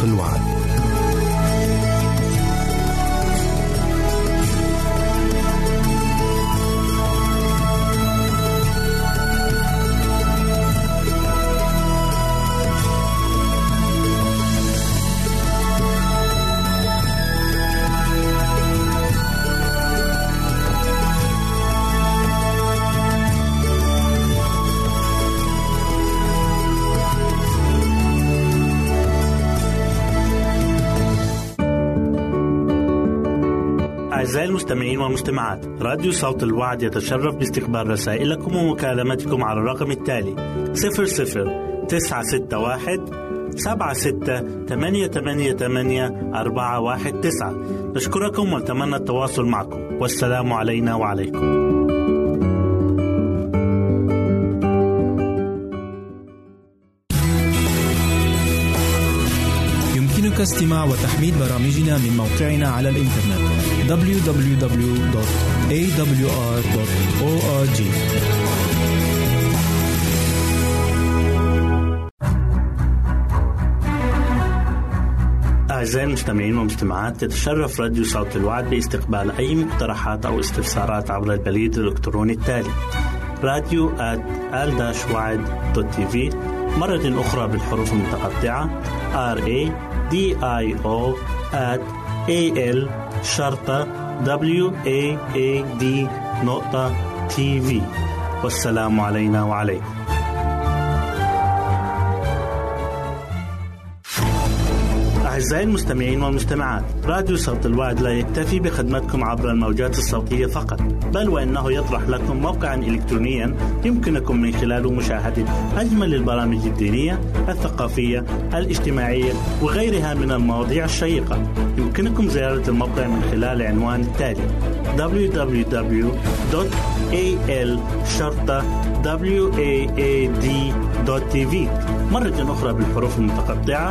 الوعد. أعزائي المستمعين والمستمعات، راديو صوت الوعد يتشرف باستقبال رسائلكم ومكالمتكم على الرقم التالي 00-961-76-88-419. نشكركم ونتمنى التواصل معكم، والسلام علينا وعليكم. يمكنك استماع وتحميل برامجنا من موقعنا على الإنترنت www.awr.org. أعزائي المستمعين والمستمعات، يتشرف راديو صوت الوعد باستقبال أي مقترحات أو استفسارات عبر البريد الإلكتروني التالي radio@al-wad.tv، مرة أخرى بالحروف المتقطعة radio@al-wad.tv. والسلام علينا وعليكم. أعزائي المستمعين والمستمعات، راديو صوت الوعد لا يكتفي بخدمتكم عبر الموجات الصوتية فقط، بل وإنه يطرح لكم موقعا إلكترونيا يمكنكم من خلاله مشاهدة أجمل البرامج الدينية، الثقافية، الاجتماعية وغيرها من المواضيع الشيقة. يمكنكم زيارة الموقع من خلال عنوان التالي www.al-wad.tv، مرة أخرى بالحروف المتقطعة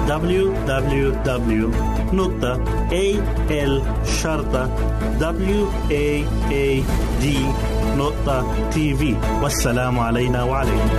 www.al-wad.tv. والسلام علينا وعليكم.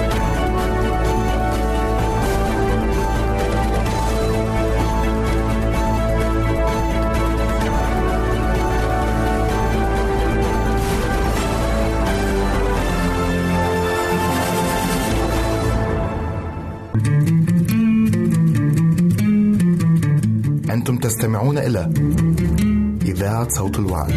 أنتم تستمعون إلى إذاعة صوت الوعد.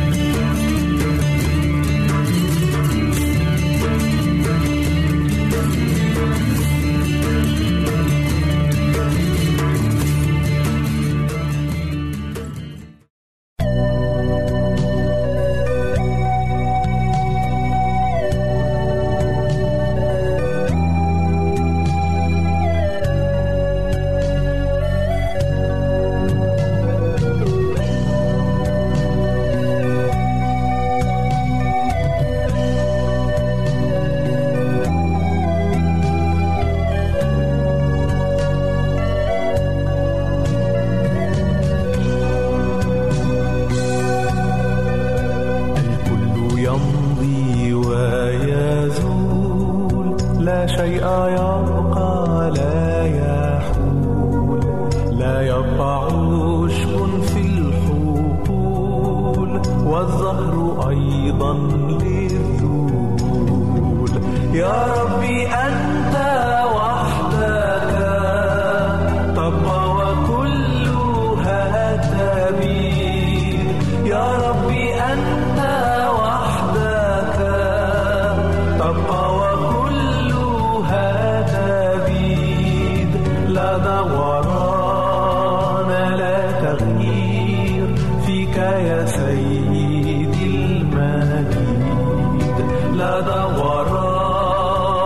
لا دوران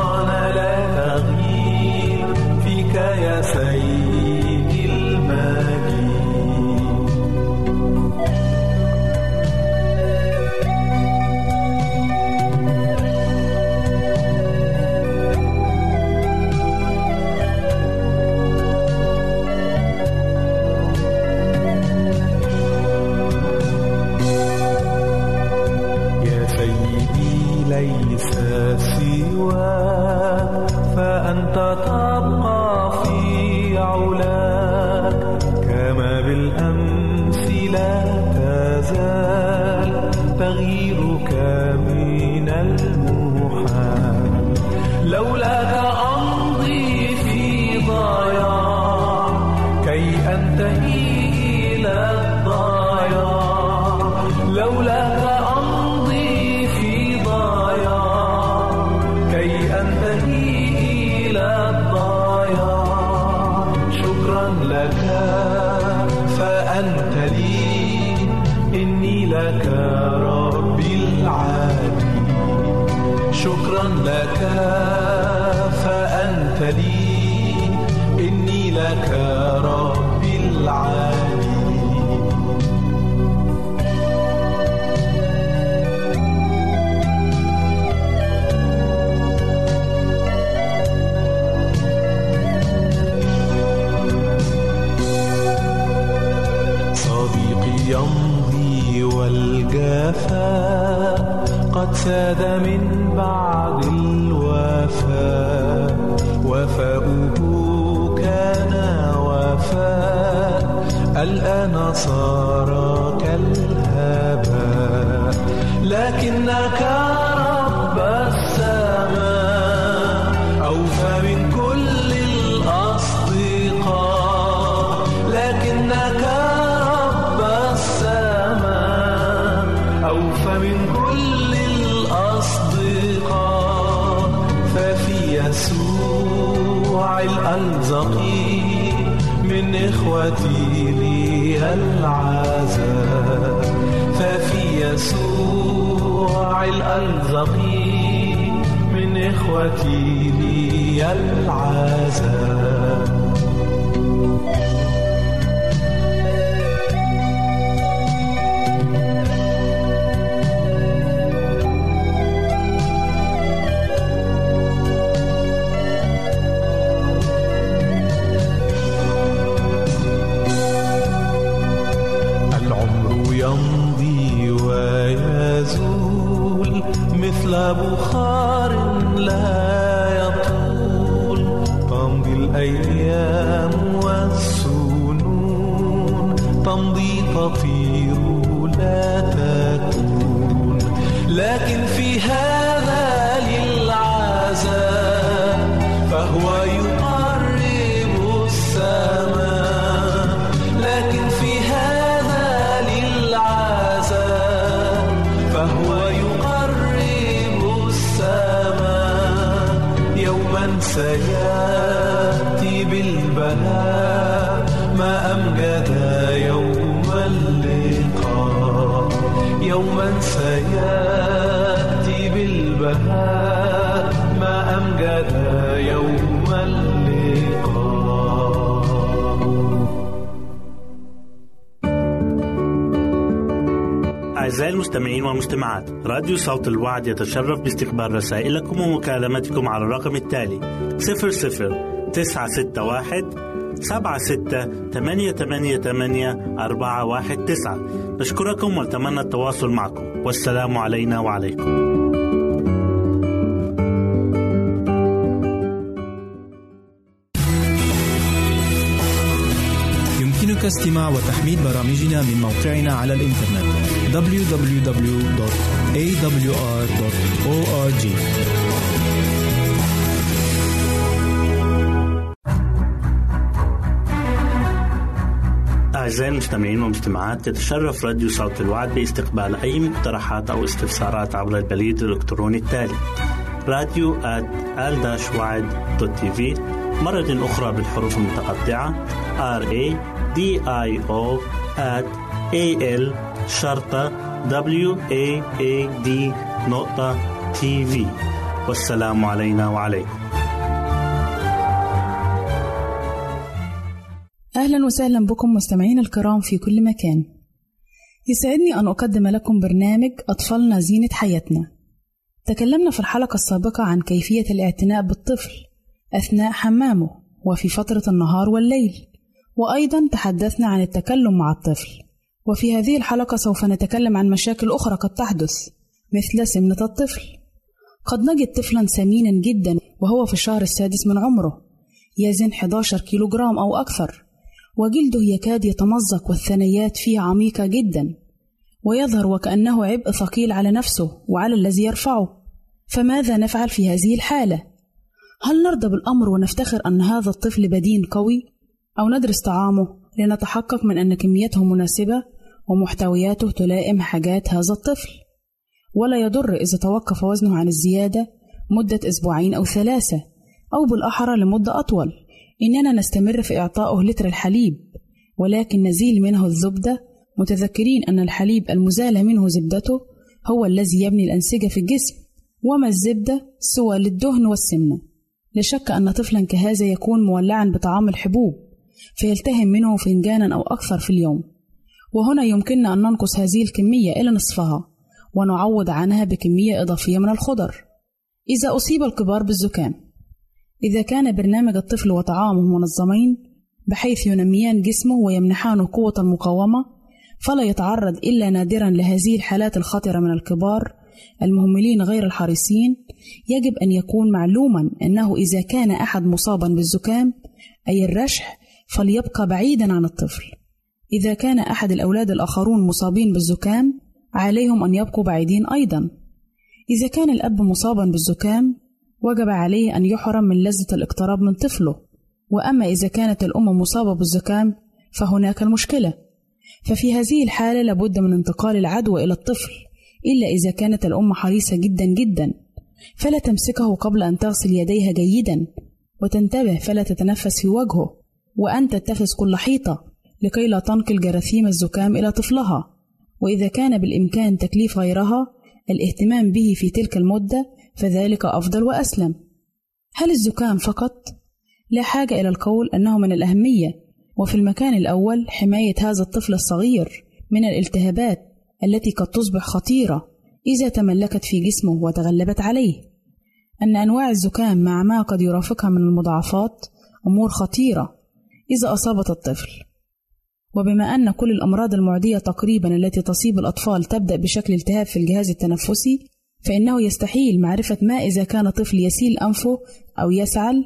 أنتهي إلى الضياع، لولاك أمضي في ضياع كي أنتهي إلى الضياع. شكرا لك فأنت لي، إني لك ربي العالي. شكرا لك فأنت لي، إني لك ربي العالي. صديقي يمضي والجفاء قد ساد من بعد الوفاء، وفاؤه كان وفاء، الآن صار كالهباء. لكنك رب السماء أوفى من كل الأصدقاء، لكنك رب السماء أوفى من كل الأصدقاء. ففي يسوع الألزقي من إخوتي لي العزاء، ففي يسوع الألزقي من إخوتي لي العزاء. يمضي ويزول مثل بخار لا يطول، تمضي الأيام والسنون، تمضي تطير لا تكون. لكن في هذا للعذاب فهو يقرب السماء، لكن في فهو يقرب السماء. يوما سيأتي بالبهاء ما أمجد يوم اللقاء، يوما سيأتي بالبهاء ما أمجد يوم اللقاء. أعزائي المستمعين والمستمعات، راديو صوت الوعد يتشرف باستقبال رسائلكم ومكالمتكم على الرقم التالي 00-961-76-88-419. نشكركم ونتمنى التواصل معكم، والسلام علينا وعليكم. يمكنك استماع وتحميل برامجنا من موقعنا على الإنترنت www.awr.org. أعزائي المستمعين والمستمعات، يتشرف راديو صوت الوعد باستقبال أي مقترحات أو استفسارات عبر البريد الإلكتروني التالي radio@al-wad.tv، مرة أخرى بالحروف المتقطعة radio@al-wad.tv. والسلام علينا وعليكم. أهلا وسهلا بكم مستمعين الكرام في كل مكان. يسعدني أن أقدم لكم برنامج أطفالنا زينة حياتنا. تكلمنا في الحلقة السابقة عن كيفية الاعتناء بالطفل أثناء حمامه وفي فترة النهار والليل، وأيضا تحدثنا عن التكلم مع الطفل. وفي هذه الحلقة سوف نتكلم عن مشاكل أخرى قد تحدث مثل سمنة الطفل. قد نجد طفلا سمينا جدا وهو في الشهر السادس من عمره، يزن 11 كيلوغرام أو أكثر، وجلده يكاد يتمزق والثنيات فيه عميقة جدا، ويظهر وكأنه عبء ثقيل على نفسه وعلى الذي يرفعه. فماذا نفعل في هذه الحالة؟ هل نرضى بالأمر ونفتخر أن هذا الطفل بدين قوي، أو ندرس طعامه لنتحقق من أن كميته مناسبة ومحتوياته تلائم حاجات هذا الطفل. ولا يضر إذا توقف وزنه عن الزيادة مدة أسبوعين أو 3، أو بالأحرى لمدة أطول، إننا نستمر في إعطائه لتر الحليب، ولكن نزيل منه الزبدة، متذكرين أن الحليب المزال منه زبدته هو الذي يبني الأنسجة في الجسم، وما الزبدة سوى للدهن والسمنة. لا شك أن طفلا كهذا يكون مولعا بطعام الحبوب، فيلتهم منه فنجانا أو أكثر في اليوم، وهنا يمكننا أن ننقص هذه الكمية إلى نصفها ونعوض عنها بكمية إضافية من الخضر. إذا أصيب الكبار بالزكام، إذا كان برنامج الطفل وطعامه منظمين بحيث ينميان جسمه ويمنحانه قوة المقاومة، فلا يتعرض إلا نادرا لهذه الحالات الخطرة من الكبار المهملين غير الحريصين. يجب أن يكون معلوما أنه إذا كان أحد مصابا بالزكام أي الرشح فليبقى بعيدا عن الطفل. إذا كان أحد الأولاد الآخرون مصابين بالزكام عليهم أن يبقوا بعيدين أيضا. إذا كان الأب مصابا بالزكام وجب عليه أن يحرم من لذة الاقتراب من طفله. وأما إذا كانت الأم مصابة بالزكام فهناك المشكلة، ففي هذه الحالة لابد من انتقال العدوى إلى الطفل، إلا إذا كانت الأم حريصة جدا جدا، فلا تمسكه قبل أن تغسل يديها جيدا، وتنتبه فلا تتنفس في وجهه، وأن تتخذ كل حيطة لكي لا تنقل جراثيم الزكام إلى طفلها. وإذا كان بالإمكان تكليف غيرها الاهتمام به في تلك المدة فذلك أفضل وأسلم. هل الزكام فقط؟ لا حاجة إلى القول أنه من الأهمية، وفي المكان الأول حماية هذا الطفل الصغير من الالتهابات التي قد تصبح خطيرة إذا تملكت في جسمه وتغلبت عليه. أن أنواع الزكام مع ما قد يرافقها من المضاعفات أمور خطيرة إذا أصابت الطفل. وبما أن كل الأمراض المعدية تقريبا التي تصيب الأطفال تبدأ بشكل التهاب في الجهاز التنفسي، فإنه يستحيل معرفة ما إذا كان طفل يسيل أنفه أو يسعل،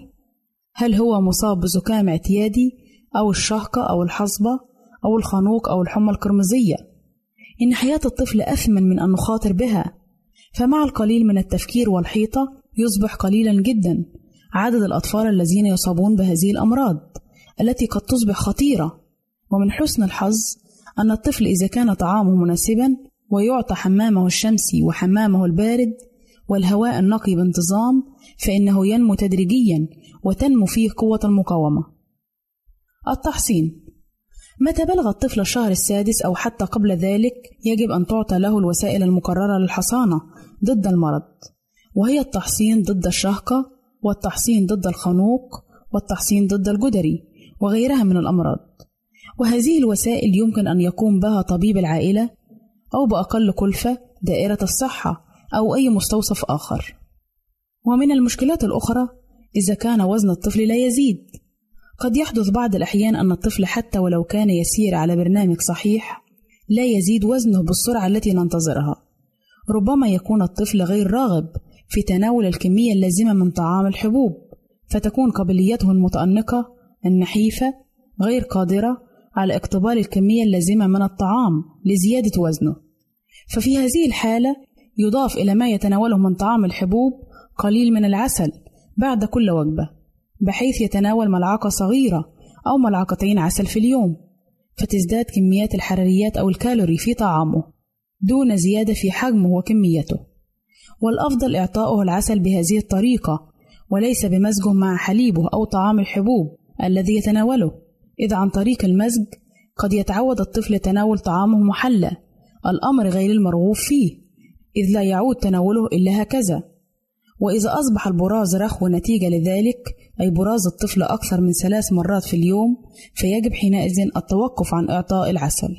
هل هو مصاب بزكام اعتيادي أو الشهقة أو الحصبة أو الخنوق أو الحمى القرمزية. إن حياة الطفل أثمن من أن نخاطر بها، فمع القليل من التفكير والحيطة يصبح قليلا جدا عدد الأطفال الذين يصابون بهذه الأمراض التي قد تصبح خطيرة. ومن حسن الحظ أن الطفل إذا كان طعامه مناسبا ويعطى حمامه الشمسي وحمامه البارد والهواء النقي بانتظام فإنه ينمو تدريجيا وتنمو فيه قوة المقاومة. التحصين: متى بلغ الطفل الشهر السادس أو حتى قبل ذلك يجب أن تعطى له الوسائل المقررة للحصانة ضد المرض، وهي التحصين ضد الشهقة، والتحصين ضد الخنوق، والتحصين ضد الجدري وغيرها من الأمراض. وهذه الوسائل يمكن أن يقوم بها طبيب العائلة أو بأقل كلفة دائرة الصحة أو أي مستوصف آخر. ومن المشكلات الأخرى إذا كان وزن الطفل لا يزيد، قد يحدث بعض الأحيان أن الطفل حتى ولو كان يسير على برنامج صحيح لا يزيد وزنه بالسرعة التي ننتظرها. ربما يكون الطفل غير راغب في تناول الكمية اللازمة من طعام الحبوب، فتكون قابليته المتأنقة النحيفة غير قادرة على اقتبال الكمية اللازمة من الطعام لزيادة وزنه. ففي هذه الحالة يضاف إلى ما يتناوله من طعام الحبوب قليل من العسل بعد كل وجبة، بحيث يتناول ملعقة صغيرة أو ملعقتين عسل في اليوم، فتزداد كميات الحراريات أو الكالوري في طعامه دون زيادة في حجمه وكميته. والأفضل إعطاؤه العسل بهذه الطريقة وليس بمزجه مع حليبه أو طعام الحبوب الذي يتناوله، إذ عن طريق المزج قد يتعود الطفل تناول طعامه محلى، الأمر غير المرغوب فيه، إذ لا يعود تناوله إلا هكذا. وإذا أصبح البراز رخو نتيجة لذلك، أي براز الطفل أكثر من 3 مرات في اليوم، فيجب حينئذ التوقف عن إعطاء العسل.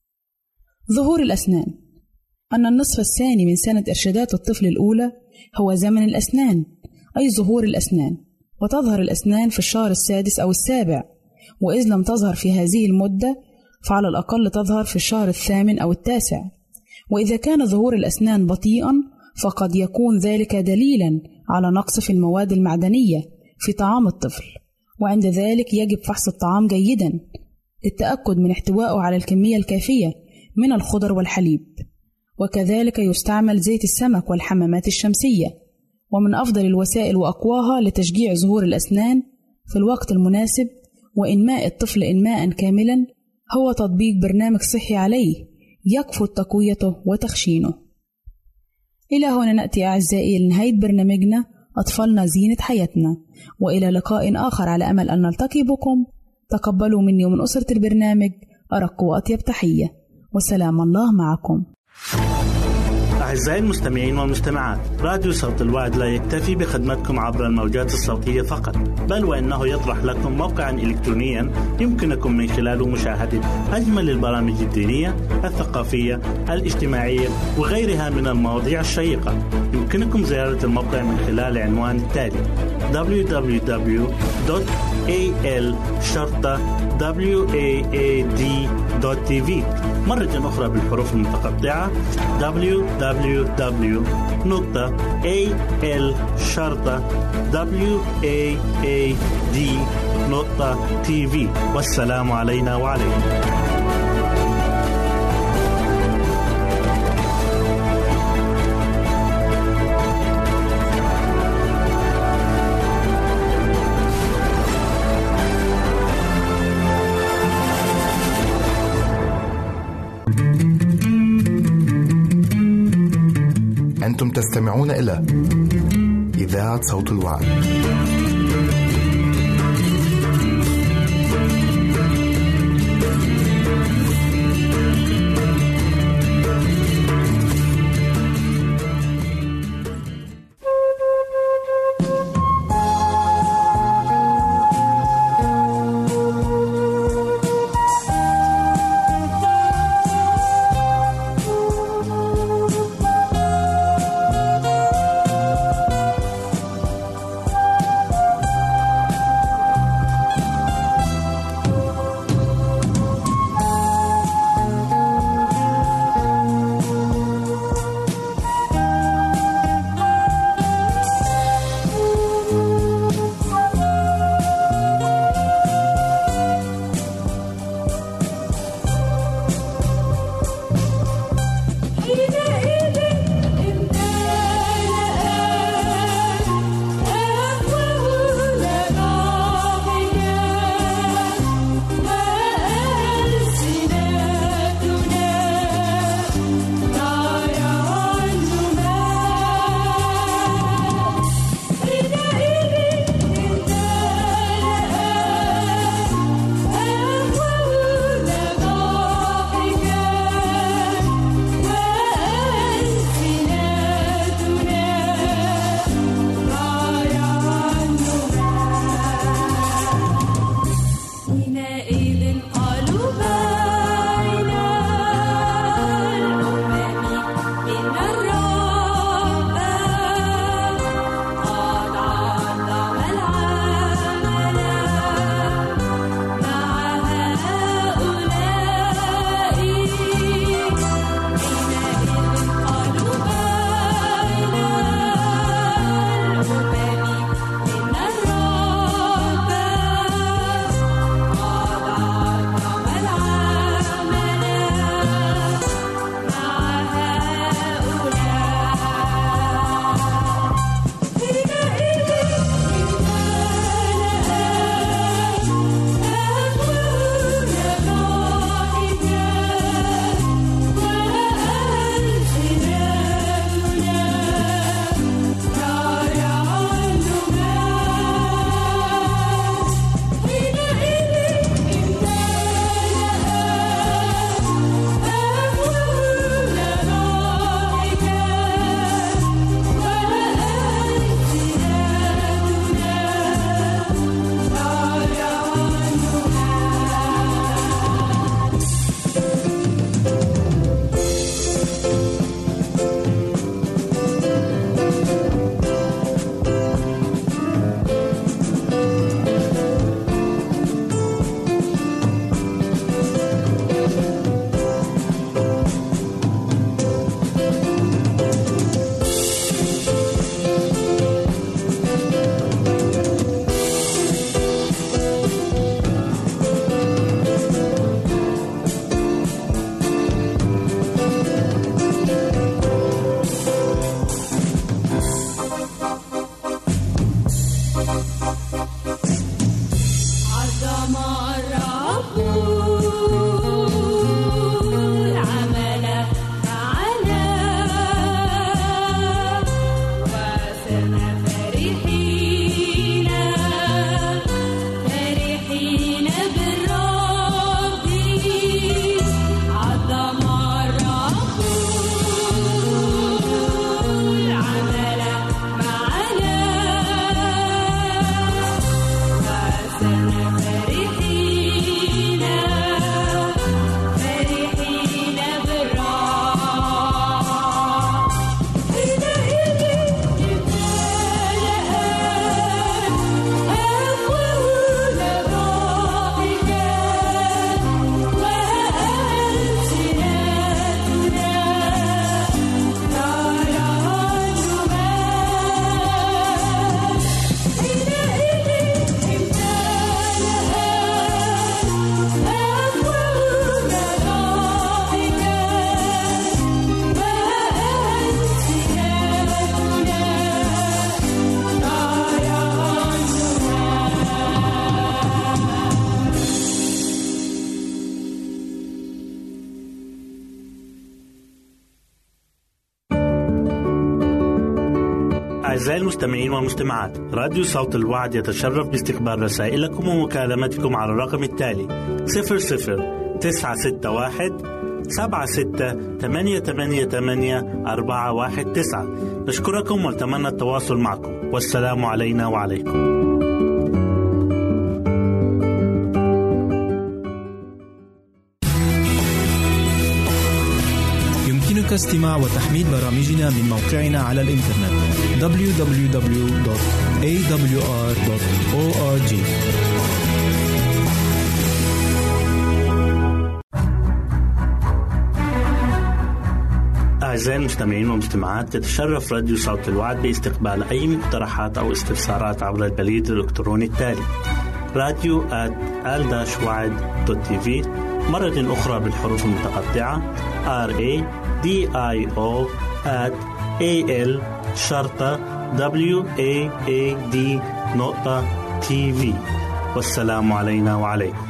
ظهور الأسنان: أن النصف الثاني من سنة إرشادات الطفل الأولى هو زمن الأسنان، أي ظهور الأسنان، وتظهر الأسنان في الشهر السادس أو السابع، وإذ لم تظهر في هذه المدة فعلى الأقل تظهر في الشهر الثامن أو التاسع. وإذا كان ظهور الأسنان بطيئا فقد يكون ذلك دليلا على نقص في المواد المعدنية في طعام الطفل، وعند ذلك يجب فحص الطعام جيدا للتأكد من احتوائه على الكمية الكافية من الخضر والحليب. وكذلك يستعمل زيت السمك والحمامات الشمسية، ومن أفضل الوسائل وأقواها لتشجيع ظهور الأسنان في الوقت المناسب وإنماء الطفل إنماء كاملا هو تطبيق برنامج صحي عليه يكفل تقويته وتخشينه. إلى هنا نأتي أعزائي لنهاية برنامجنا أطفالنا زينة حياتنا، وإلى لقاء آخر على أمل أن نلتقي بكم. تقبلوا مني ومن أسرة البرنامج أرق وأطيب تحية، وسلام الله معكم. أعزائي المستمعين والمستمعات، راديو صوت الوعد لا يكتفي بخدمتكم عبر الموجات الصوتية فقط، بل وإنه يطرح لكم موقعا إلكترونيا يمكنكم من خلاله مشاهدة أجمل البرامج الدينية، الثقافية، الاجتماعية وغيرها من المواضيع الشيقة. يمكنكم زيارة الموقع من خلال العنوان التالي: www.al-waad.tv. مرة أخرى بالحروف المتقطعة: www.al-waad.tv. والسلام علينا وعليكم. أنتم تستمعون إلى إذاعة صوت الوعد. أعزائي المستمعين والمستمعات، راديو صوت الوعد يتشرف باستقبال رسائلكم ومكالمتكم على الرقم التالي 00961 76888419. نشكركم ونتمنى التواصل معكم، والسلام علينا وعليكم. يمكنك استماع وتحميل برامجنا من موقعنا على الإنترنت www.awr.org. أعزائي المستمعين والمستمعات، يتشرف راديو صوت الوعد باستقبال أي مقترحات أو استفسارات عبر البريد الإلكتروني التالي radio@al-wad.tv، مرة أخرى بالحروف المتقطعة radio@al-wad.tv. والسلام علينا وعليكم.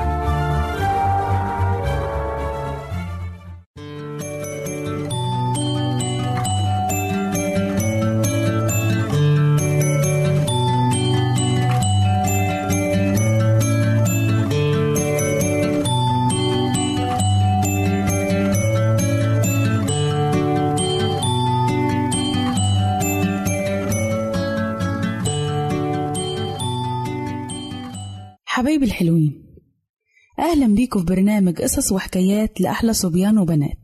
حبايبي الحلوين، أهلا بيكم في برنامج قصص وحكايات لأحلى صبيان وبنات.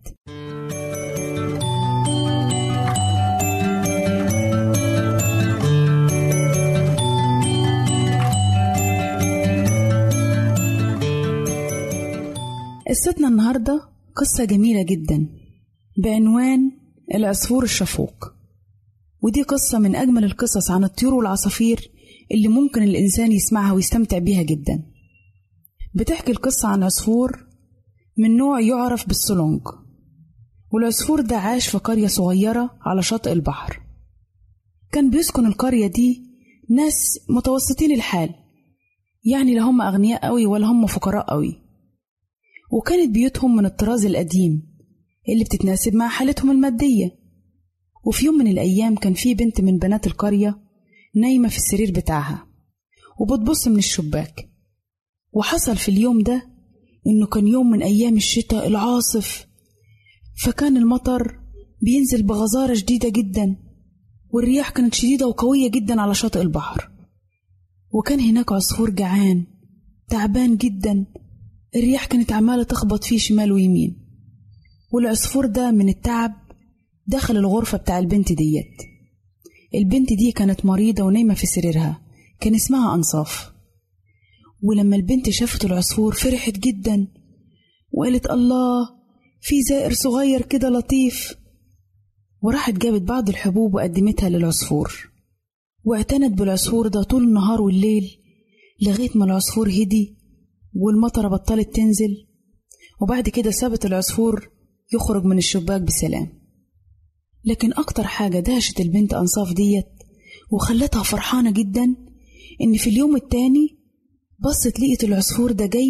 قصتنا النهاردة قصة جميلة جدا بعنوان العصفور الشفوق، ودي قصة من أجمل القصص عن الطيور والعصافير اللي ممكن الإنسان يسمعها ويستمتع بيها جدا. بتحكي القصة عن عصفور من نوع يعرف بالسلونج، والعصفور ده عاش في قرية صغيرة على شاطئ البحر. كان بيسكن القرية دي ناس متوسطين الحال، يعني لا هم أغنياء قوي ولا هم فقراء قوي، وكانت بيوتهم من الطراز القديم اللي بتتناسب مع حالتهم المادية. وفي يوم من الأيام كان في بنت من بنات القرية نايمة في السرير بتاعها وبتبص من الشباك. وحصل في اليوم ده إنه كان يوم من أيام الشتاء العاصف، فكان المطر بينزل بغزارة شديدة جدا، والرياح كانت شديدة وقوية جدا على شاطئ البحر. وكان هناك عصفور جعان تعبان جدا، الرياح كانت عمالة تخبط فيه شمال ويمين. والعصفور ده من التعب دخل الغرفة بتاع البنت ديت. البنت دي كانت مريضة ونايمة في سريرها، كان اسمها أنصاف. ولما البنت شافت العصفور فرحت جدا وقالت الله، في زائر صغير كده لطيف. وراحت جابت بعض الحبوب وقدمتها للعصفور، واعتنت بالعصفور ده طول النهار والليل لغاية ما العصفور هدي والمطرة بطلت تنزل. وبعد كده سابت العصفور يخرج من الشباك بسلام. لكن أكتر حاجة دهشت البنت أنصاف ديت وخلتها فرحانة جدا إن في اليوم التاني بصت لقيت العصفور ده جاي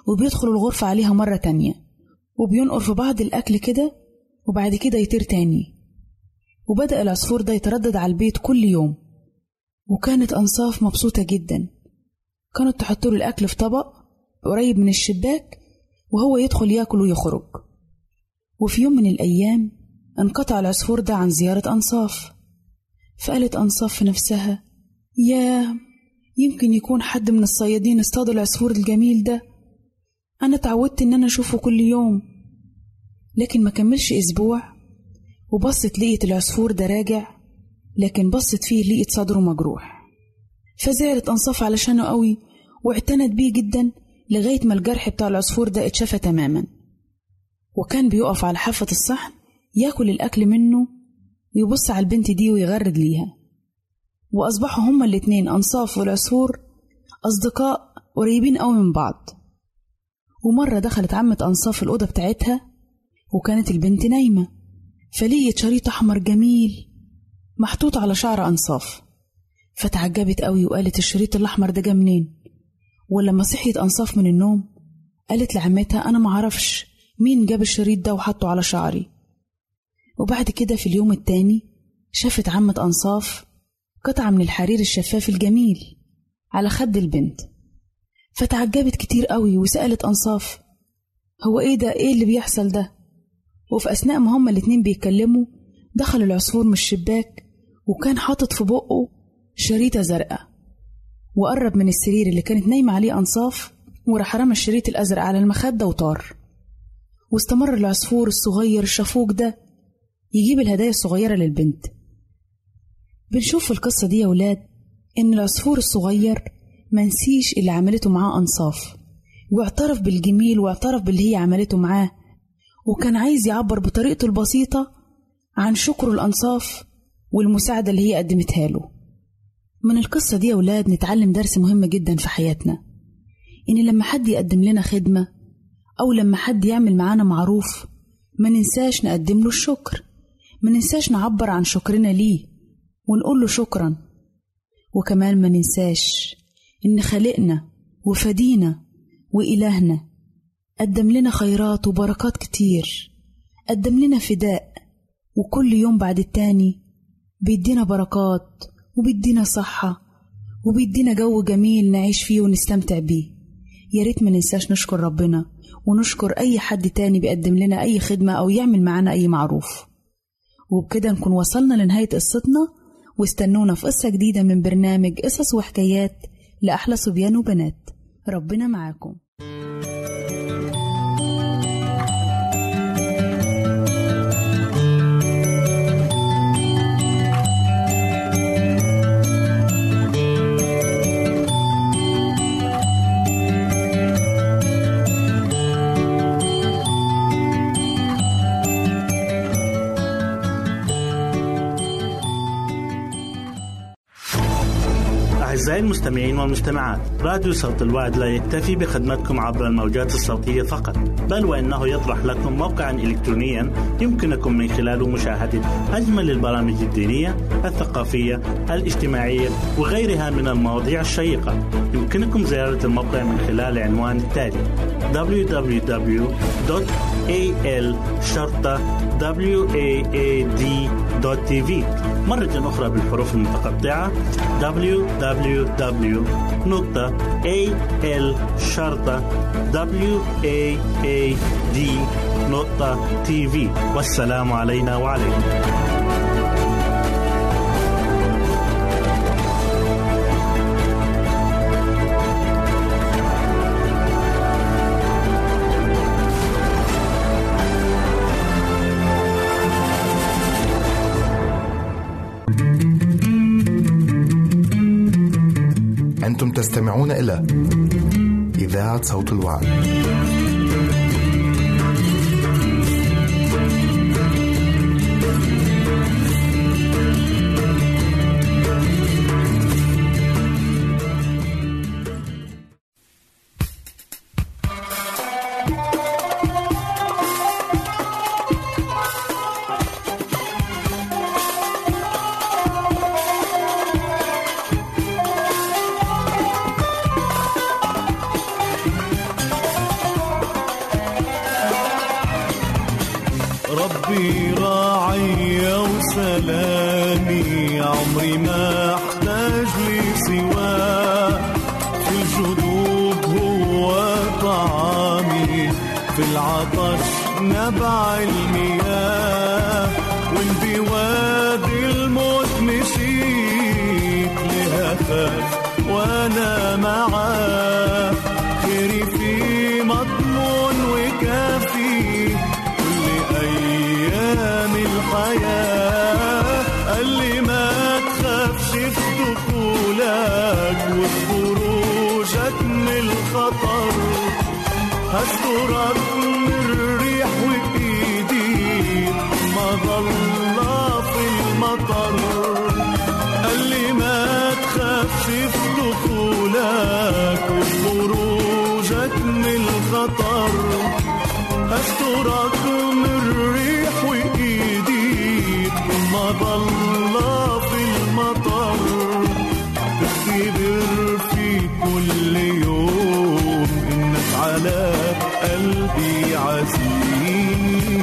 وبيدخل الغرفة عليها مرة تانية وبينقر في بعض الأكل كده وبعد كده يطير تاني. وبدأ العصفور ده يتردد على البيت كل يوم، وكانت أنصاف مبسوطة جدا. كانت تحطله الأكل في طبق قريب من الشباك وهو يدخل ياكل ويخرج. وفي يوم من الأيام انقطع العصفور ده عن زيارة أنصاف، فقالت أنصاف في نفسها: ياه، يمكن يكون حد من الصيادين اصطاد العصفور الجميل ده، أنا تعودت إن أنا أشوفه كل يوم. لكن ما كملش أسبوع وبصت لقيت العصفور ده راجع، لكن بصت فيه لقيت صدره مجروح. فزعلت أنصاف علشانه قوي واعتنت بيه جدا لغاية ما الجرح بتاع العصفور ده اتشفى تماما. وكان بيقف على حافة الصحن ياكل الأكل منه ويبص على البنت دي ويغرد ليها. وأصبحوا هما الاتنين أنصاف والعصفور أصدقاء قريبين قوي من بعض. ومرة دخلت عمة أنصاف الأوضة بتاعتها وكانت البنت نايمة، فلقيت شريط أحمر جميل محطوط على شعر أنصاف، فتعجبت قوي وقالت: الشريط الأحمر ده جه منين؟ ولما صحيت أنصاف من النوم قالت لعمتها: أنا معرفش مين جاب الشريط ده وحطه على شعري. وبعد كده في اليوم التاني شافت عمة أنصاف قطعة من الحرير الشفاف الجميل على خد البنت، فتعجبت كتير قوي وسألت أنصاف: هو إيه ده؟ إيه اللي بيحصل ده؟ وفي أثناء ما هما الاتنين بيتكلموا دخل العصفور من الشباك وكان حاطط في بقه شريطة زرقاء، وقرب من السرير اللي كانت نايمة عليه أنصاف وراح رمى الشريط الأزرق على المخدة وطار. واستمر العصفور الصغير الشفوق ده يجيب الهدايا الصغيرة للبنت. بنشوف في القصة دي يا ولاد إن العصفور الصغير منسيش اللي عملته معاه أنصاف، واعترف بالجميل واعترف باللي هي عملته معاه، وكان عايز يعبر بطريقته البسيطة عن شكره الأنصاف والمساعدة اللي هي قدمتها له. من القصة دي يا ولاد نتعلم درس مهم جدا في حياتنا، إن لما حد يقدم لنا خدمة أو لما حد يعمل معانا معروف ما ننساش نقدم له الشكر، ما ننساش نعبر عن شكرنا ليه ونقول له شكرا. وكمان ما ننساش إن خالقنا وفدينا وإلهنا قدم لنا خيرات وبركات كتير، قدم لنا فداء، وكل يوم بعد التاني بيدينا بركات وبيدينا صحة وبيدينا جو جميل نعيش فيه ونستمتع بيه. يا ريت ما ننساش نشكر ربنا ونشكر أي حد تاني بيقدم لنا أي خدمة أو يعمل معانا أي معروف. وبكده نكون وصلنا لنهاية قصتنا، واستنونا في قصة جديدة من برنامج قصص وحكايات لأحلى صبيان وبنات. ربنا معاكم. أعزائي المستمعين والمستمعات، راديو صوت الوعد لا يكتفي بخدمتكم عبر الموجات الصوتية فقط، بل وإنه يطرح لكم موقعا إلكترونيا يمكنكم من خلاله مشاهدة أجمل البرامج الدينية، الثقافية، الاجتماعية وغيرها من المواضيع الشيقة. يمكنكم زيارة الموقع من خلال العنوان التالي: www.al-waad.tv. مرة أخرى بالحروف المتقطعة: www.al-waad.tv. والسلام علينا وعليكم. أنتم تستمعون إلى إذاعة صوت الوعد. ربي راعي وسلامي، عمري ما احتاج لي سواه، في الجدوب هو طعامي، في العطش نبع المياه، وإن بوادي الموت مشيت لهفاف وانا معاه، خيري في مضمون وكافي كل ايام الحياه، قال لي ما تخافش في دخولك وخروجك من الخطر، هسترك من الريح وايدي ما ضل في المطر، قال لي ما تخافش في دخولك وخروجك من الخطر، هسترك من الريح وايديك ما ضل في المطر، تختبر في كل يوم انك على قلبي عزيز.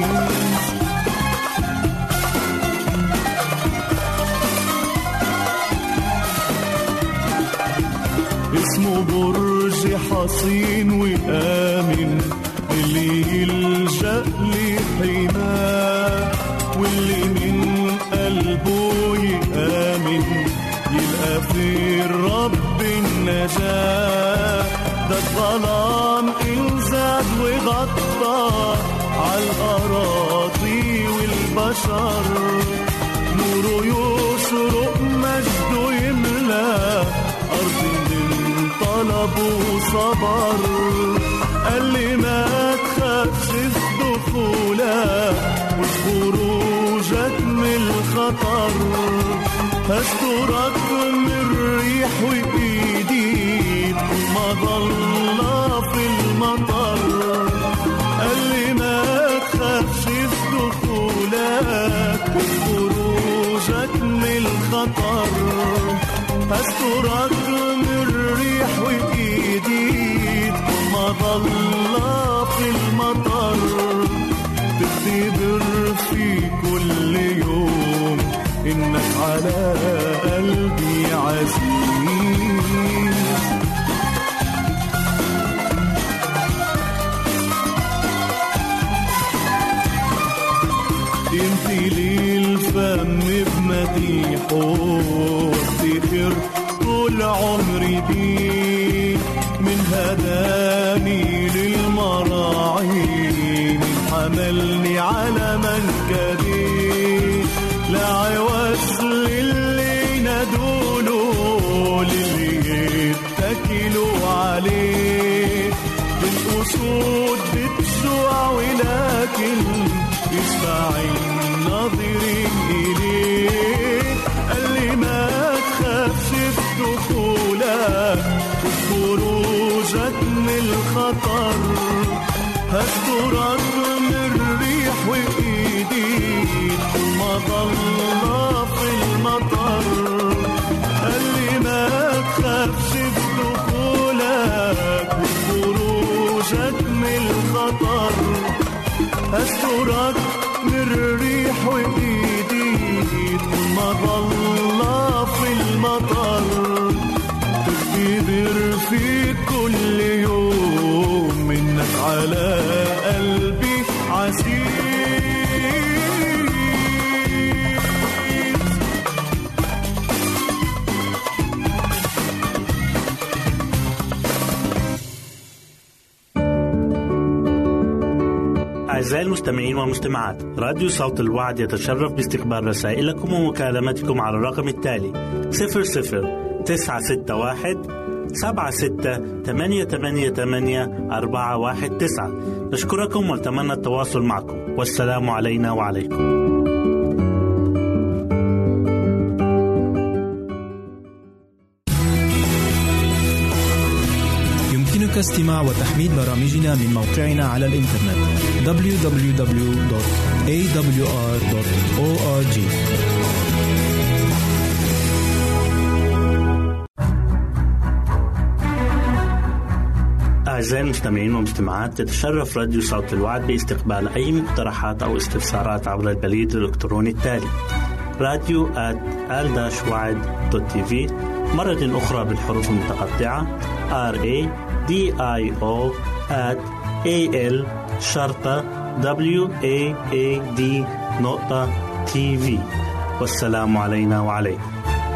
اسمه برج حصين وآمن، اللي يلجأ لحماه، واللي من قلبه يآمن يلقى في الرب النجاة، ده الظلام انزاد وغطى عالأراضي والبشر، نوره يشرق مجده يملى أرض من طلب وصبر، قال لي ما تخافش في دخولك وخروجك من الخطر، هسترك من الريح وإيديك ما ضل في المطر، قال لي ما تخافش في دخولك وخروجك من الخطر، هسترك من الريح وإيديك ما ضل في المطر، تختبر في كل يوم إنك على قلبي عزيز. يمتلي الفم بمديحه وافتخر طول عمري بيه، من هداني للمراعي، من حملني على منكبي، لا عوز للي ندوله للي يتكلوا عليه، بالأسود بتجوع ولكن يشبع الناظرين إليه، قال لي ما تخافش في دخولك وخروجك من الخطر، هسترك من الريح وإيديك ما ضل في المطر، قال لي ما تخافش في دخولك وخروجك من الخطر، هسترك من الريح وإيديك ما ضل في المطر، تختبر في كل يوم منك على قلبي عزيز. أعزائي المستمعين والمستمعات، راديو صوت الوعد يتشرف باستقبال رسائلكم ومكالمتكم على الرقم التالي 00-961-76-88-419. نشكركم ونتمنى التواصل معكم، والسلام علينا وعليكم. يمكنك استماع وتحميل برامجنا من موقعنا على الإنترنت www.awr.org. أعزائي المستمعين والمستمعات، تتشرف راديو صوت الوعد باستقبال أي مقترحات أو استفسارات عبر البريد الإلكتروني التالي radio@al-wad.tv، مرة أخرى بالحروف المتقطعة radio@al-wad.tv. والسلام علينا وعليكم.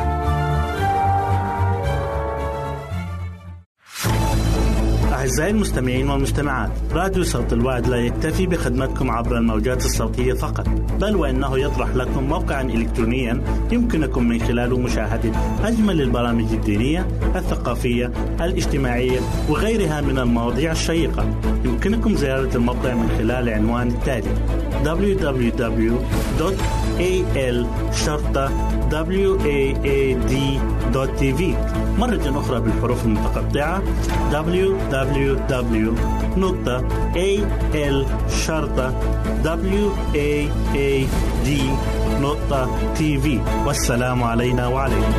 أعزائي المستمعين والمستمعات، راديو صوت الوعد لا يكتفي بخدمتكم عبر الموجات الصوتية فقط، بل وإنه يطرح لكم موقعا إلكترونيا يمكنكم من خلاله مشاهدة أجمل البرامج الدينية، الثقافية، الاجتماعية وغيرها من المواضيع الشيقة. يمكنكم زيارة الموقع من خلال عنوان التالي www.al-wad.tv، مرة أخرى بالحروف المتقطعة www.al-wad.tv. والسلام علينا وعليكم.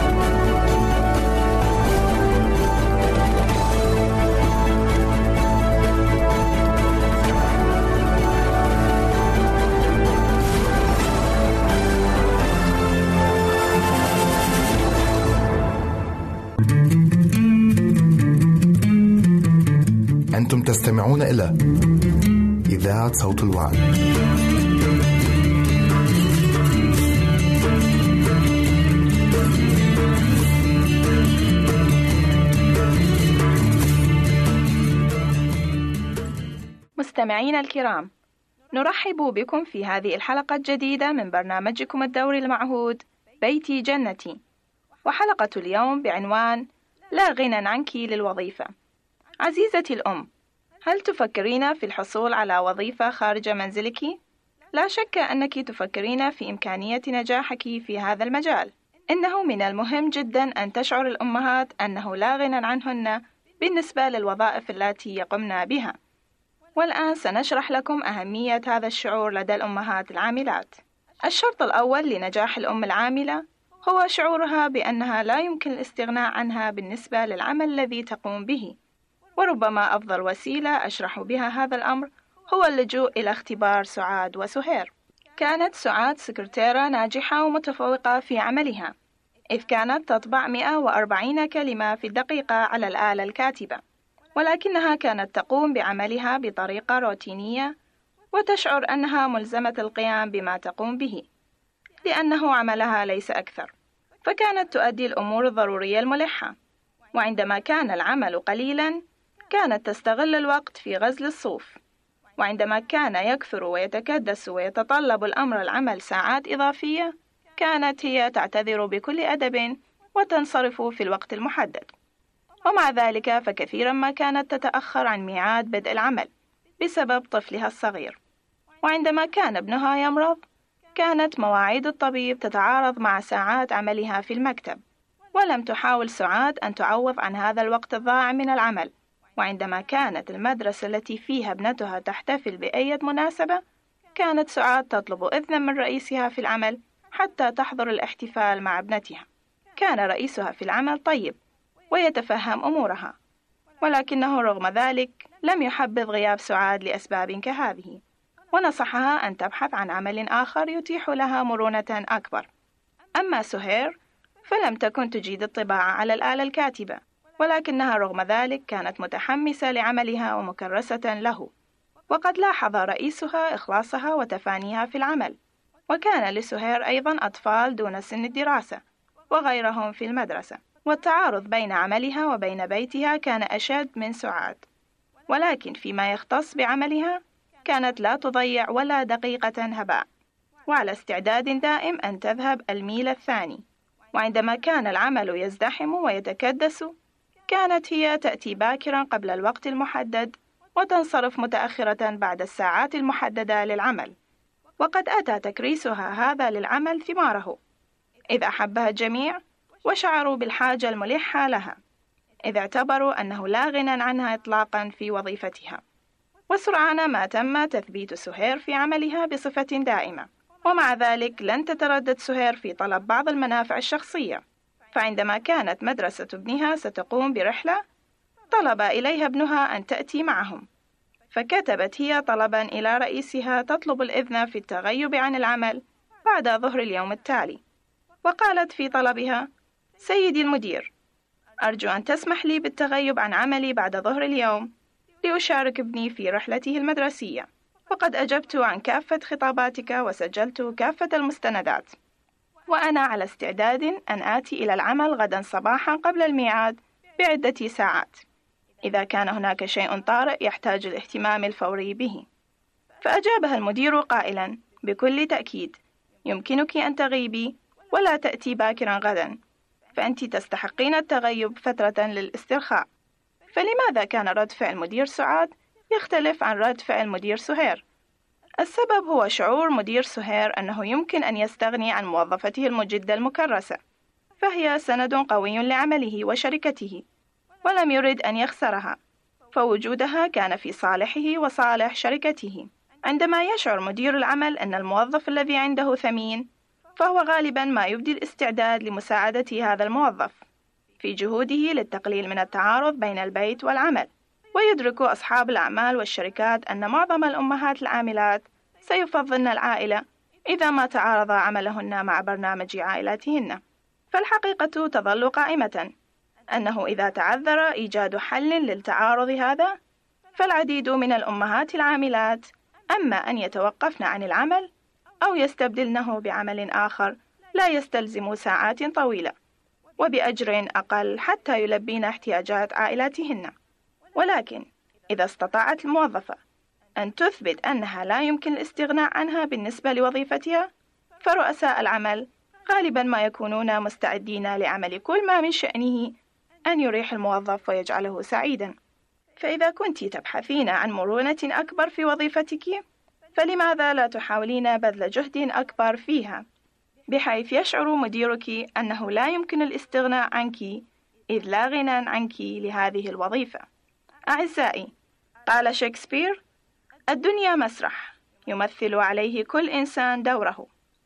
أنتم تستمعون إلى إذاعة صوت الوعد. مستمعينا الكرام، نرحب بكم في هذه الحلقة الجديدة من برنامجكم الدوري المعهود بيتي جنتي، وحلقة اليوم بعنوان لا غنى عنك للوظيفة. عزيزتي الأم، هل تفكرين في الحصول على وظيفة خارج منزلك؟ لا شك أنك تفكرين في إمكانية نجاحك في هذا المجال. إنه من المهم جدا أن تشعر الأمهات أنه لا غنى عنهن بالنسبة للوظائف التي يقمن بها. والآن سنشرح لكم أهمية هذا الشعور لدى الأمهات العاملات. الشرط الأول لنجاح الأم العاملة هو شعورها بأنها لا يمكن الاستغناء عنها بالنسبة للعمل الذي تقوم به. وربما أفضل وسيلة أشرح بها هذا الأمر هو اللجوء إلى اختبار سعاد وسهير. كانت سعاد سكرتيرة ناجحة ومتفوقة في عملها، إذ كانت تطبع 140 كلمة في الدقيقة على الآلة الكاتبة، ولكنها كانت تقوم بعملها بطريقة روتينية وتشعر أنها ملزمة القيام بما تقوم به لأنه عملها ليس أكثر، فكانت تؤدي الأمور الضرورية الملحة. وعندما كان العمل قليلا كانت تستغل الوقت في غزل الصوف، وعندما كان يكثر ويتكدس ويتطلب الأمر العمل ساعات إضافية كانت هي تعتذر بكل أدب وتنصرف في الوقت المحدد. ومع ذلك فكثيرا ما كانت تتأخر عن ميعاد بدء العمل بسبب طفلها الصغير. وعندما كان ابنها يمرض كانت مواعيد الطبيب تتعارض مع ساعات عملها في المكتب، ولم تحاول سعاد أن تعوض عن هذا الوقت الضائع من العمل. وعندما كانت المدرسة التي فيها ابنتها تحتفل بأي مناسبة كانت سعاد تطلب إذنا من رئيسها في العمل حتى تحضر الاحتفال مع ابنتها. كان رئيسها في العمل طيب ويتفهم أمورها، ولكنه رغم ذلك لم يحبذ غياب سعاد لأسباب كهذه، ونصحها أن تبحث عن عمل آخر يتيح لها مرونة أكبر. أما سهير فلم تكن تجيد الطباعة على الآلة الكاتبة، ولكنها رغم ذلك كانت متحمسة لعملها ومكرسة له، وقد لاحظ رئيسها إخلاصها وتفانيها في العمل. وكان لسهير أيضا أطفال دون سن الدراسة وغيرهم في المدرسة، والتعارض بين عملها وبين بيتها كان أشد من سعاد. ولكن فيما يختص بعملها كانت لا تضيع ولا دقيقة هباء، وعلى استعداد دائم أن تذهب الميل الثاني. وعندما كان العمل يزدحم ويتكدس كانت هي تأتي باكرا قبل الوقت المحدد وتنصرف متأخرة بعد الساعات المحددة للعمل. وقد أتى تكريسها هذا للعمل ثماره، إذ أحبها الجميع وشعروا بالحاجة الملحة لها، إذ اعتبروا أنه لا غنى عنها إطلاقا في وظيفتها. وسرعان ما تم تثبيت سهير في عملها بصفة دائمة. ومع ذلك لن تتردد سهير في طلب بعض المنافع الشخصية، فعندما كانت مدرسة ابنها ستقوم برحلة طلب إليها ابنها أن تأتي معهم، فكتبت هي طلبا إلى رئيسها تطلب الإذن في التغيب عن العمل بعد ظهر اليوم التالي، وقالت في طلبها: سيدي المدير، أرجو أن تسمح لي بالتغيب عن عملي بعد ظهر اليوم لأشارك ابني في رحلته المدرسية، وقد أجبت عن كافة خطاباتك وسجلت كافة المستندات، وأنا على استعداد أن آتي إلى العمل غدا صباحا قبل الميعاد بعدة ساعات إذا كان هناك شيء طارئ يحتاج الاهتمام الفوري به. فأجابها المدير قائلا بكل تأكيد: يمكنك أن تغيبي ولا تأتي باكرا غدا، فأنت تستحقين التغيب فترة للاسترخاء. فلماذا كان رد فعل مدير سعاد يختلف عن رد فعل مدير سهير؟ السبب هو شعور مدير سهير أنه يمكن أن يستغني عن موظفته المجدة المكرسة، فهي سند قوي لعمله وشركته، ولم يرد أن يخسرها، فوجودها كان في صالحه وصالح شركته. عندما يشعر مدير العمل أن الموظف الذي عنده ثمين، فهو غالبا ما يبدي الاستعداد لمساعدة هذا الموظف في جهوده للتقليل من التعارض بين البيت والعمل. ويدرك أصحاب الأعمال والشركات أن معظم الأمهات العاملات سيفضلن العائلة إذا ما تعارض عملهن مع برنامج عائلاتهن. فالحقيقة تظل قائمة أنه إذا تعذر إيجاد حل للتعارض هذا، فالعديد من الأمهات العاملات أما أن يتوقفن عن العمل أو يستبدلنه بعمل آخر لا يستلزم ساعات طويلة وبأجر أقل حتى يلبين احتياجات عائلاتهن. ولكن إذا استطاعت الموظفة أن تثبت أنها لا يمكن الاستغناء عنها بالنسبة لوظيفتها، فرؤساء العمل غالبا ما يكونون مستعدين لعمل كل ما من شأنه أن يريح الموظف ويجعله سعيدا. فإذا كنت تبحثين عن مرونة أكبر في وظيفتك، فلماذا لا تحاولين بذل جهد أكبر فيها، بحيث يشعر مديرك أنه لا يمكن الاستغناء عنك، إذ لا غنى عنك لهذه الوظيفة. أعزائي، قال شكسبير: الدنيا مسرح يمثل عليه كل إنسان دوره،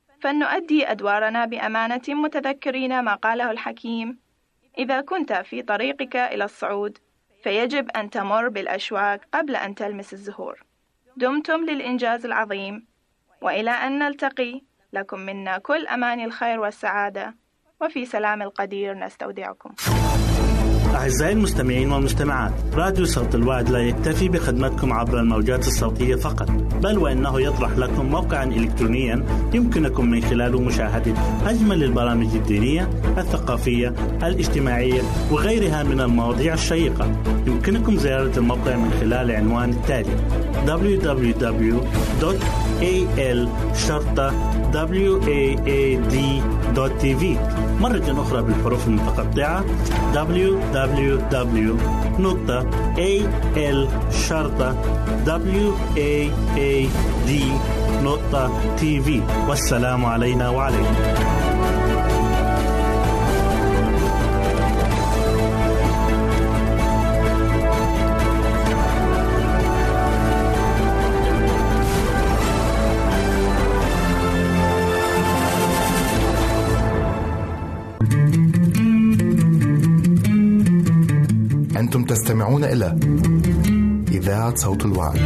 فلنؤدي أدوارنا بأمانة متذكرين ما قاله الحكيم: إذا كنت في طريقك إلى الصعود فيجب أن تمر بالأشواك قبل أن تلمس الزهور. دمتم للإنجاز العظيم، وإلى أن نلتقي، لكم منا كل أمان الخير والسعادة، وفي سلام القدير نستودعكم. أعزائي المستمعين والمستمعات، راديو صوت الوعد لا يكتفي بخدمتكم عبر الموجات الصوتية فقط، بل وإنه يطرح لكم موقعا إلكترونيا يمكنكم من خلاله مشاهدة أجمل البرامج الدينية، الثقافية، الاجتماعية وغيرها من المواضيع الشيقة. يمكنكم زيارة الموقع من خلال العنوان التالي: www.al-waad.tv. مرة أخرى بالحروف المتقطعة: www.al-waad.tv. والسلام علينا وعليكم. أنتم تستمعون إلى إذاعة صوت الوعد.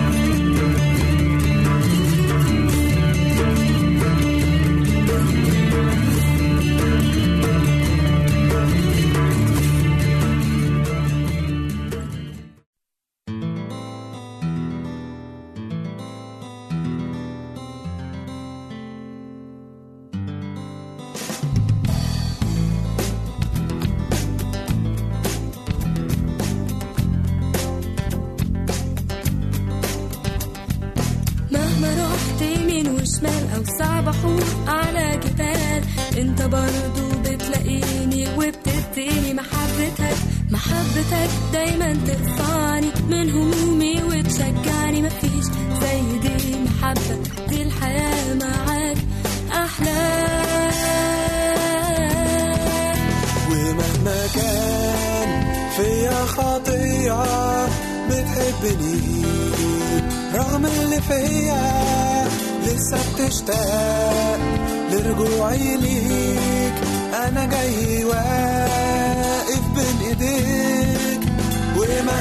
أو صعب أحور على جبال، انت برضو بتلاقيني وبتديني محبتك دايما ترفعني من همومي وتشجعني. مفيش زي دي محبة، دي الحياة معاك أحلى. ومهما كان فيا خطيئة بتحبني رغم اللي فيا، لسه بتشتاق لرجوعي ليك. أنا جاي واقف بين إيديك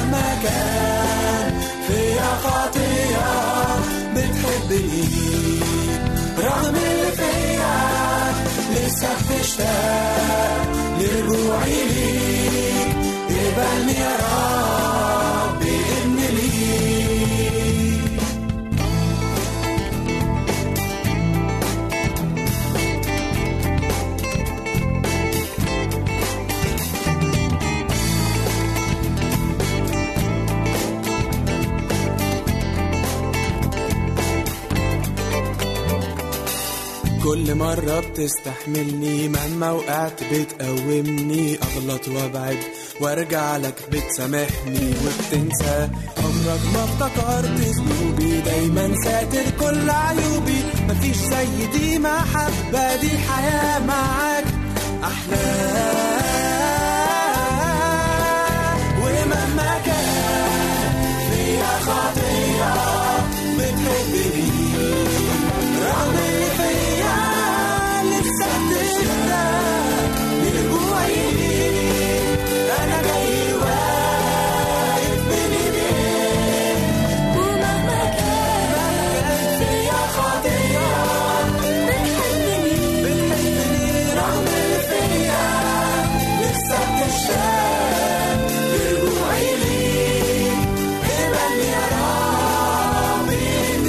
ومهما كان فيها خطية بتحبني رغم اللي فيها لسه بتشتاق لرجوعي ليك قبلني يا ربي ابن ليك. كل مرة بتستحملني مهما وقعت بتقومني أغلط وابعد وارجع لك بتسامحني وبتنسى عمرك ما افتكرت ذنوبي دايما ساتر كل عيوبي مفيش زي دي محبة دي الحياة معاك أحلى ومهما كان فيها خطية بتحبني رغم اللي فيا لسه بتشتاق لرجوعي ليك أنا جاي واقف بين إيديك ومهما كان فيا خطية بتحبني رغم اللي فيا لسه بتشتاق لرجوعي ليك قبلني يا ربي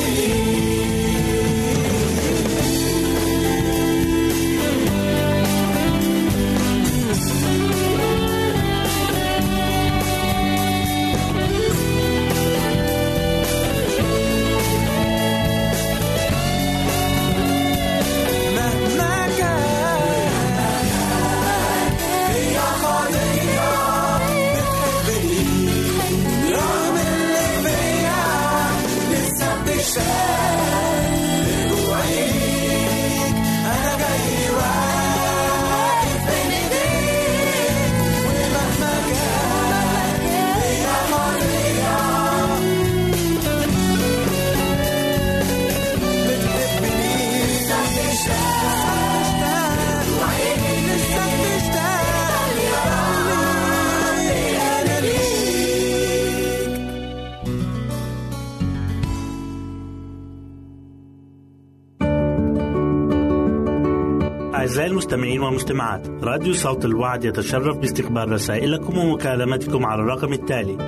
أعزائي المستمعين والمستمعات، راديو صوت الوعد يتشرف باستقبال رسائلكم ومكالمتكم على الرقم التالي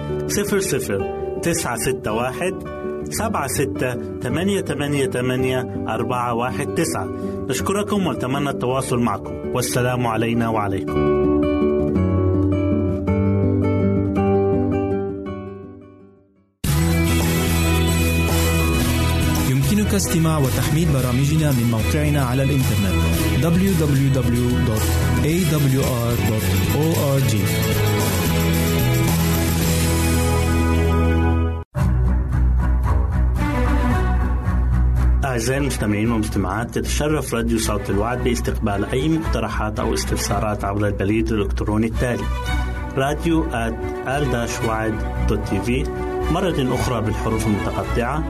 00-961-76-88-419. نشكركم ونتمنى التواصل معكم، والسلام علينا وعليكم. يمكنك استماع وتحميل برامجنا من موقعنا على الإنترنت www.awr.org. أعزائي المستمعين والمستمعات، تتشرف راديو صوت الوعد باستقبال أي مقترحات أو استفسارات عبر البريد الإلكتروني التالي radio@al-wad.tv، مرة أخرى بالحروف المتقطعة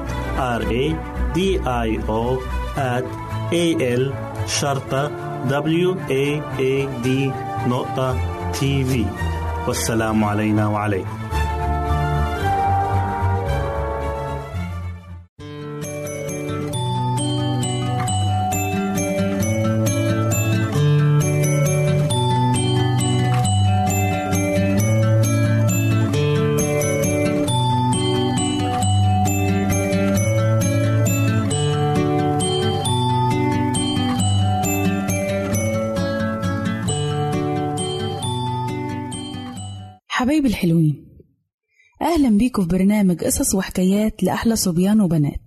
radio@al-wad.tv. والسلام علينا وعليكم. حبايبي الحلوين، أهلا بيكم في برنامج قصص وحكايات لأحلى صبيان وبنات.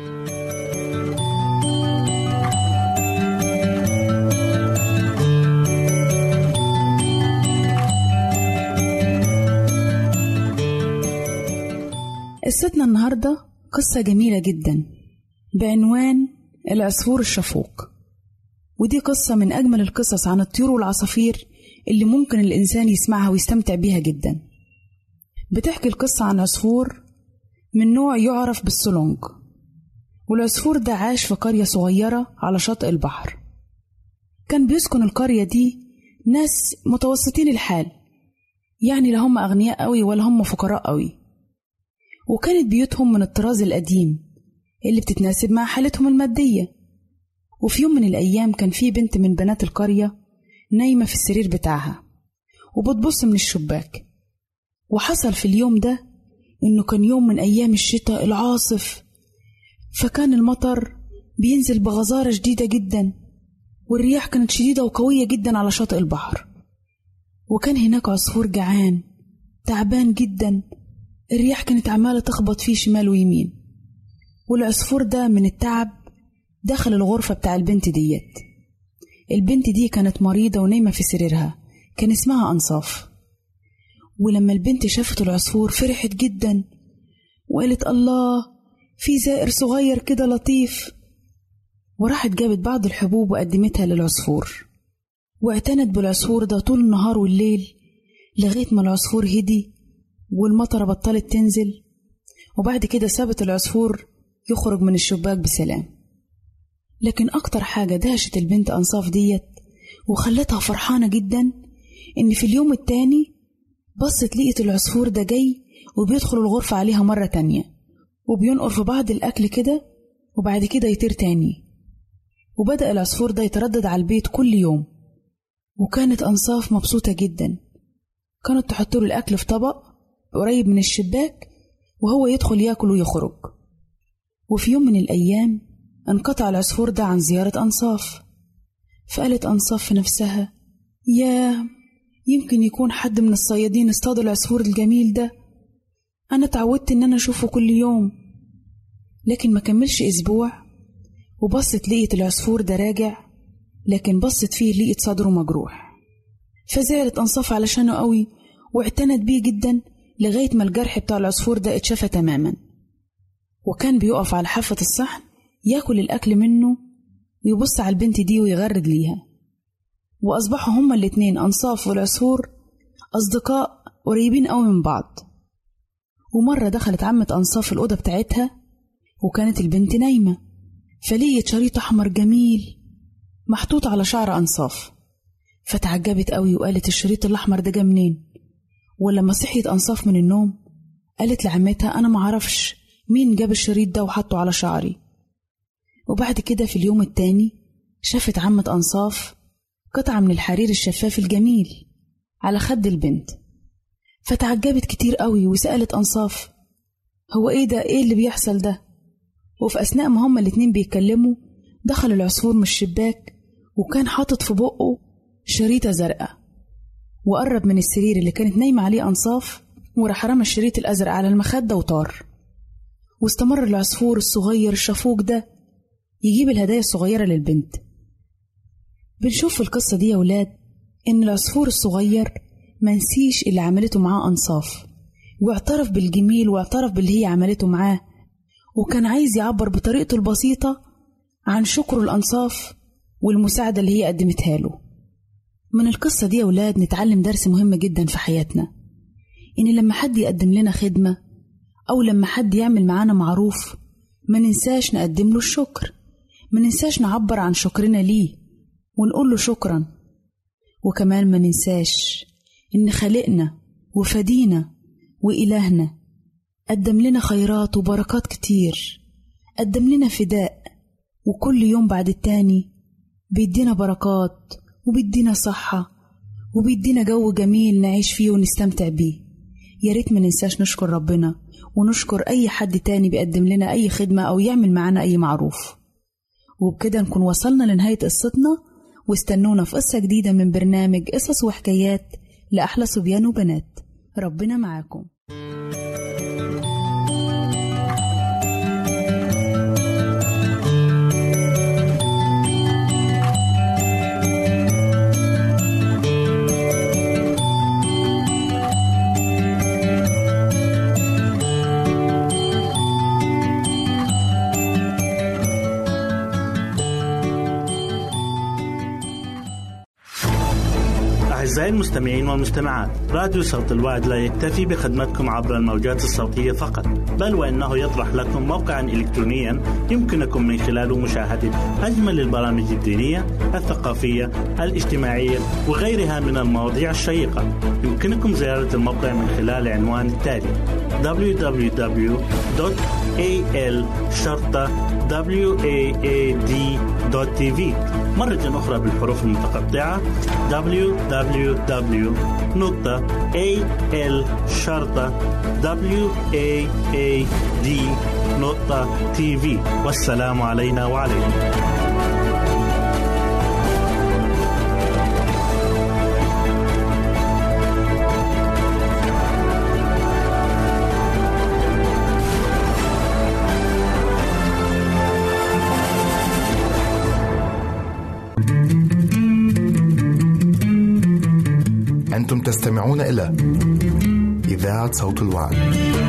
قصتنا النهاردة قصة جميلة جدا بعنوان العصفور الشفوق، ودي قصة من أجمل القصص عن الطيور والعصافير اللي ممكن الإنسان يسمعها ويستمتع بيها جدا. بتحكي القصة عن عصفور من نوع يعرف بالسلونج، والعصفور ده عاش في قرية صغيرة على شاطئ البحر. كان بيسكن القرية دي ناس متوسطين الحال، يعني لا هم أغنياء قوي ولا هم فقراء قوي، وكانت بيوتهم من الطراز القديم اللي بتتناسب مع حالتهم المادية. وفي يوم من الأيام كان في بنت من بنات القرية نايمة في السرير بتاعها وبتبص من الشباك. وحصل في اليوم ده إنه كان يوم من أيام الشتاء العاصف، فكان المطر بينزل بغزارة شديدة جدا، والرياح كانت شديدة وقوية جدا على شاطئ البحر. وكان هناك عصفور جعان تعبان جدا، الرياح كانت عمالة تخبط فيه شمال ويمين، والعصفور ده من التعب دخل الغرفة بتاع البنت ديت. البنت دي كانت مريضة ونايمة في سريرها، كان اسمها أنصاف. ولما البنت شافت العصفور فرحت جدا وقالت الله، في زائر صغير كده لطيف. وراحت جابت بعض الحبوب وقدمتها للعصفور، واعتنت بالعصفور ده طول النهار والليل لغاية ما العصفور هدي والمطرة بطلت تنزل. وبعد كده سابت العصفور يخرج من الشباك بسلام. لكن أكتر حاجة دهشت البنت أنصاف ديت وخلتها فرحانة جدا إن في اليوم التاني بصت لقيت العصفور ده جاي وبيدخل الغرفة عليها مرة تانية وبينقر في بعض الأكل كده، وبعد كده يطير تاني. وبدأ العصفور ده يتردد على البيت كل يوم. وكانت أنصاف مبسوطة جدا، كانت تحط له الأكل في طبق قريب من الشباك وهو يدخل ياكل ويخرج. وفي يوم من الأيام انقطع العصفور ده عن زيارة أنصاف، فقالت أنصاف في نفسها يمكن يكون حد من الصيادين اصطاد العصفور الجميل ده، أنا تعودت إن أنا أشوفه كل يوم. لكن ما كملش أسبوع وبصت لقيت العصفور ده راجع، لكن بصت فيه لقيت صدره مجروح. فزعلت أنصاف علشانه قوي واعتنت بيه جدا لغاية ما الجرح بتاع العصفور ده اتشفى تماما. وكان بيقف على حافة الصحن ياكل الأكل منه ويبص على البنت دي ويغرد ليها. وأصبحوا هما الاتنين أنصاف والعصفور أصدقاء قريبين قوي من بعض. ومرة دخلت عمة أنصاف الأوضة بتاعتها وكانت البنت نايمة، فلقيت شريط أحمر جميل محطوط على شعر أنصاف، فتعجبت قوي وقالت الشريط الأحمر ده جه منين؟ ولما صحيت أنصاف من النوم قالت لعمتها أنا معرفش مين جاب الشريط ده وحطه على شعري. وبعد كده في اليوم التاني شافت عمة أنصاف قطعة من الحرير الشفاف الجميل على خد البنت، فتعجبت كتير قوي وسألت أنصاف هو إيه ده؟ إيه اللي بيحصل ده؟ وفي أثناء ما هما الاتنين بيتكلموا دخل العصفور من الشباك وكان حاطط في بقه شريطة زرقاء، وقرب من السرير اللي كانت نايمة عليه أنصاف وراح رمى الشريط الأزرق على المخدة وطار. واستمر العصفور الصغير الشفوق ده يجيب الهدايا الصغيرة للبنت. بنشوف في القصة دي يا ولاد إن العصفور الصغير منسيش اللي عملته معاه أنصاف، واعترف بالجميل واعترف باللي هي عملته معاه، وكان عايز يعبر بطريقته البسيطة عن شكره الأنصاف والمساعدة اللي هي قدمتها له. من القصة دي يا ولاد نتعلم درس مهم جدا في حياتنا، إن لما حد يقدم لنا خدمة أو لما حد يعمل معانا معروف ما ننساش نقدم له الشكر، ما ننساش نعبر عن شكرنا ليه ونقول له شكرا. وكمان ما ننساش إن خالقنا وفدينا وإلهنا قدم لنا خيرات وبركات كتير، قدم لنا فداء، وكل يوم بعد التاني بيدينا بركات وبيدينا صحة وبيدينا جو جميل نعيش فيه ونستمتع بيه. يا ريت ما ننساش نشكر ربنا ونشكر أي حد تاني بيقدم لنا أي خدمة أو يعمل معنا أي معروف. وبكده نكون وصلنا لنهاية قصتنا، واستنونا في قصة جديدة من برنامج قصص وحكايات لأحلى صبيان وبنات. ربنا معاكم. أعزائي المستمعين والمستمعات، راديو صوت الوعد لا يكتفي بخدمتكم عبر الموجات الصوتية فقط، بل وإنه يطرح لكم موقعا إلكترونيا يمكنكم من خلاله مشاهدة أجمل البرامج الدينية، الثقافية، الاجتماعية وغيرها من المواضيع الشيقة. يمكنكم زيارة الموقع من خلال عنوان التالي: www.al-waad.tv. مرة أخرى بالحروف المتقطعة: www.al-waad.tv. والسلام علينا وعليكم. أنتم تستمعون إلى إذاعة صوت الوعد.